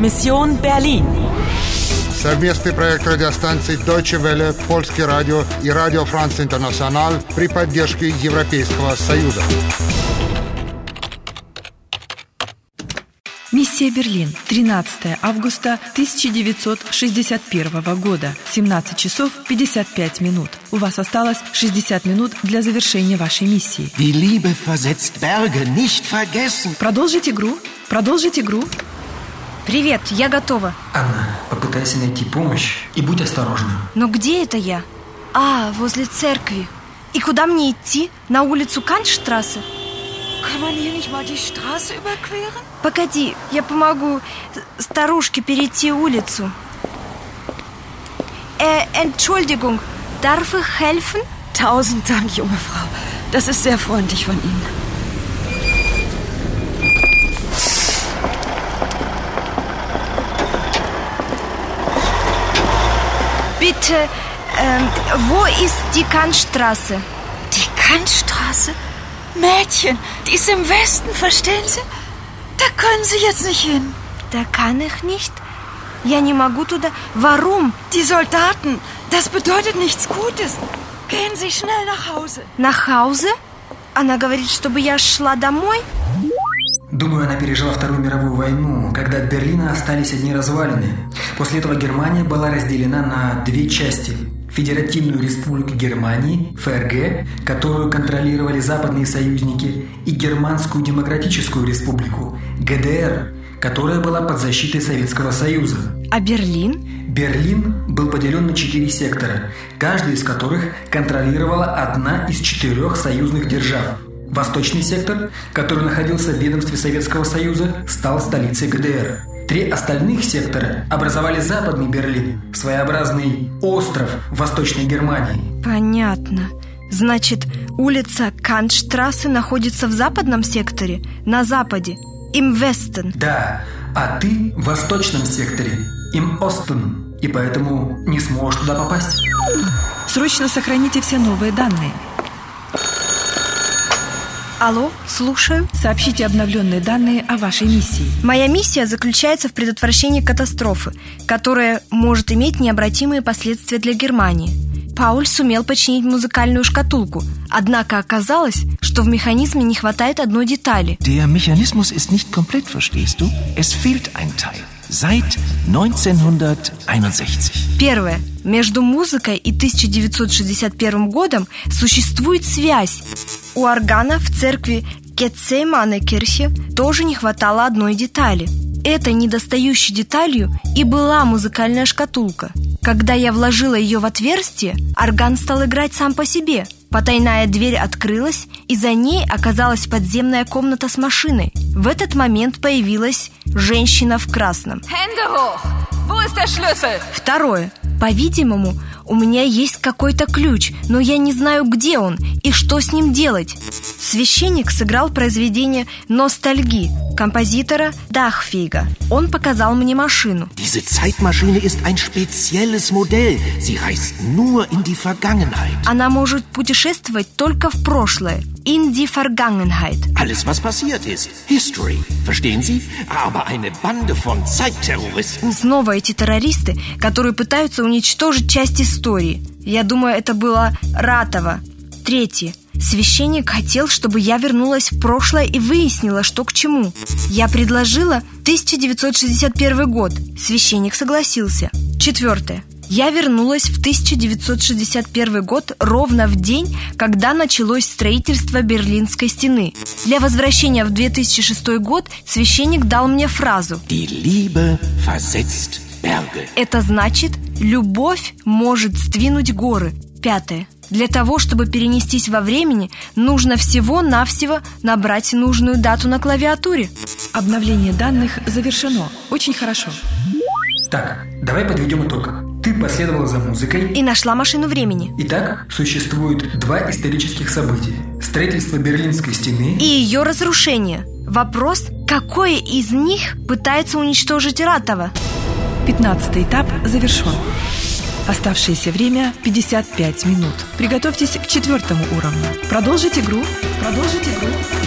Mission Berlin. Совместный проект радиостанций Deutsche Welle, Польский радио и Радио Франц Интернационал при поддержке Европейского Союза. Миссия Берлин. 13 августа 1961 года. 17 часов 55 минут. У вас осталось 60 минут для завершения вашей миссии. Die Liebe versetzt Berge, nicht vergessen. Продолжить игру. Продолжить игру. Привет, я готова. Анна, попытайся найти помощь и будь осторожна. Но где это я? Возле церкви. И куда мне идти? На улицу Кантштрассе? Kann man hier nicht mal die Straße überqueren? Погоди, я помогу старушке перейти улицу. Entschuldigung, darf ich helfen? 1000 Dank, junge Frau. Das ist sehr freundlich von Ihnen. Bitte, wo ist die Kantstraße? Die Kantstraße? Mädchen, die ist im Westen, verstehen Sie? Da können Sie jetzt nicht hin. Da kann ich nicht. Я не могу туда. Warum? Die Soldaten, das bedeutet nichts Gutes. Gehen Sie schnell nach Hause. Nach Hause? Она говорит, чтобы я шла домой? Думаю, она пережила Вторую мировую войну, когда от Берлина остались одни развалины. После этого Германия была разделена на две части. Федеративную республику Германии, ФРГ, которую контролировали западные союзники, и Германскую демократическую республику, ГДР, которая была под защитой Советского Союза. А Берлин? Берлин был поделен на 4 сектора, каждый из которых контролировала одна из 4 союзных держав. Восточный сектор, который находился в ведомстве Советского Союза, стал столицей ГДР. 3 остальных сектора образовали Западный Берлин, своеобразный остров Восточной Германии. Понятно. Значит, улица Кантштрассе находится в западном секторе, на западе, im Westen. Да, а ты в восточном секторе, im Osten, и поэтому не сможешь туда попасть. Срочно сохраните все новые данные. Алло, слушаю. Сообщите обновленные данные о вашей миссии. Моя миссия заключается в предотвращении катастрофы, которая может иметь необратимые последствия для Германии. Пауль сумел починить музыкальную шкатулку, однако оказалось, что в механизме не хватает одной детали. Der Mechanismus ist nicht komplett, verstehst du? Es fehlt ein Teil. Seit 1961. Первое. Между музыкой и 1961 годом существует связь. У органа в церкви Гетсеманекирхе тоже не хватало одной детали. Этой недостающей деталью и была музыкальная шкатулка. Когда я вложила ее в отверстие, орган стал играть сам по себе. Потайная дверь открылась, и за ней оказалась подземная комната с машиной. В этот момент появилась женщина в красном. Hände hoch! Wo ist der Schlüssel? Второе. По-видимому, у меня есть какой-то ключ, но я не знаю, где он и что с ним делать. Священник сыграл произведение «Ностальги» композитора Дахфига. Он показал мне машину. Diese Zeitmaschine ist ein spezielles Modell. Sie reist nur in die Vergangenheit. Она может путешествовать только в прошлое. In die Vergangenheit. Alles, was passiert ist. History. Verstehen Sie? Aber eine Bande von Zeitterroristen. Снова эти террористы, которые пытаются уничтожить часть истории. Я думаю, это было Ратово. Третье. Священник хотел, чтобы я вернулась в прошлое и выяснила, что к чему. Я предложила 1961 год. Священник согласился. Четвертое. Я вернулась в 1961 год ровно в день, когда началось строительство Берлинской стены. Для возвращения в 2006 год священник дал мне фразу Die Liebe versetzt Berge. Это значит, любовь может сдвинуть горы. Пятое. Для того, чтобы перенестись во времени, нужно всего-навсего набрать нужную дату на клавиатуре. Обновление данных завершено. Очень хорошо. Так, давай подведем итог. Ты последовала за музыкой и нашла машину времени. Итак, существует 2 исторических события. Строительство Берлинской стены и ее разрушение. Вопрос, какое из них пытается уничтожить Ратово? 15-й этап завершен. Оставшееся время 55 минут. Приготовьтесь к 4-му уровню. Продолжить игру. Продолжить игру.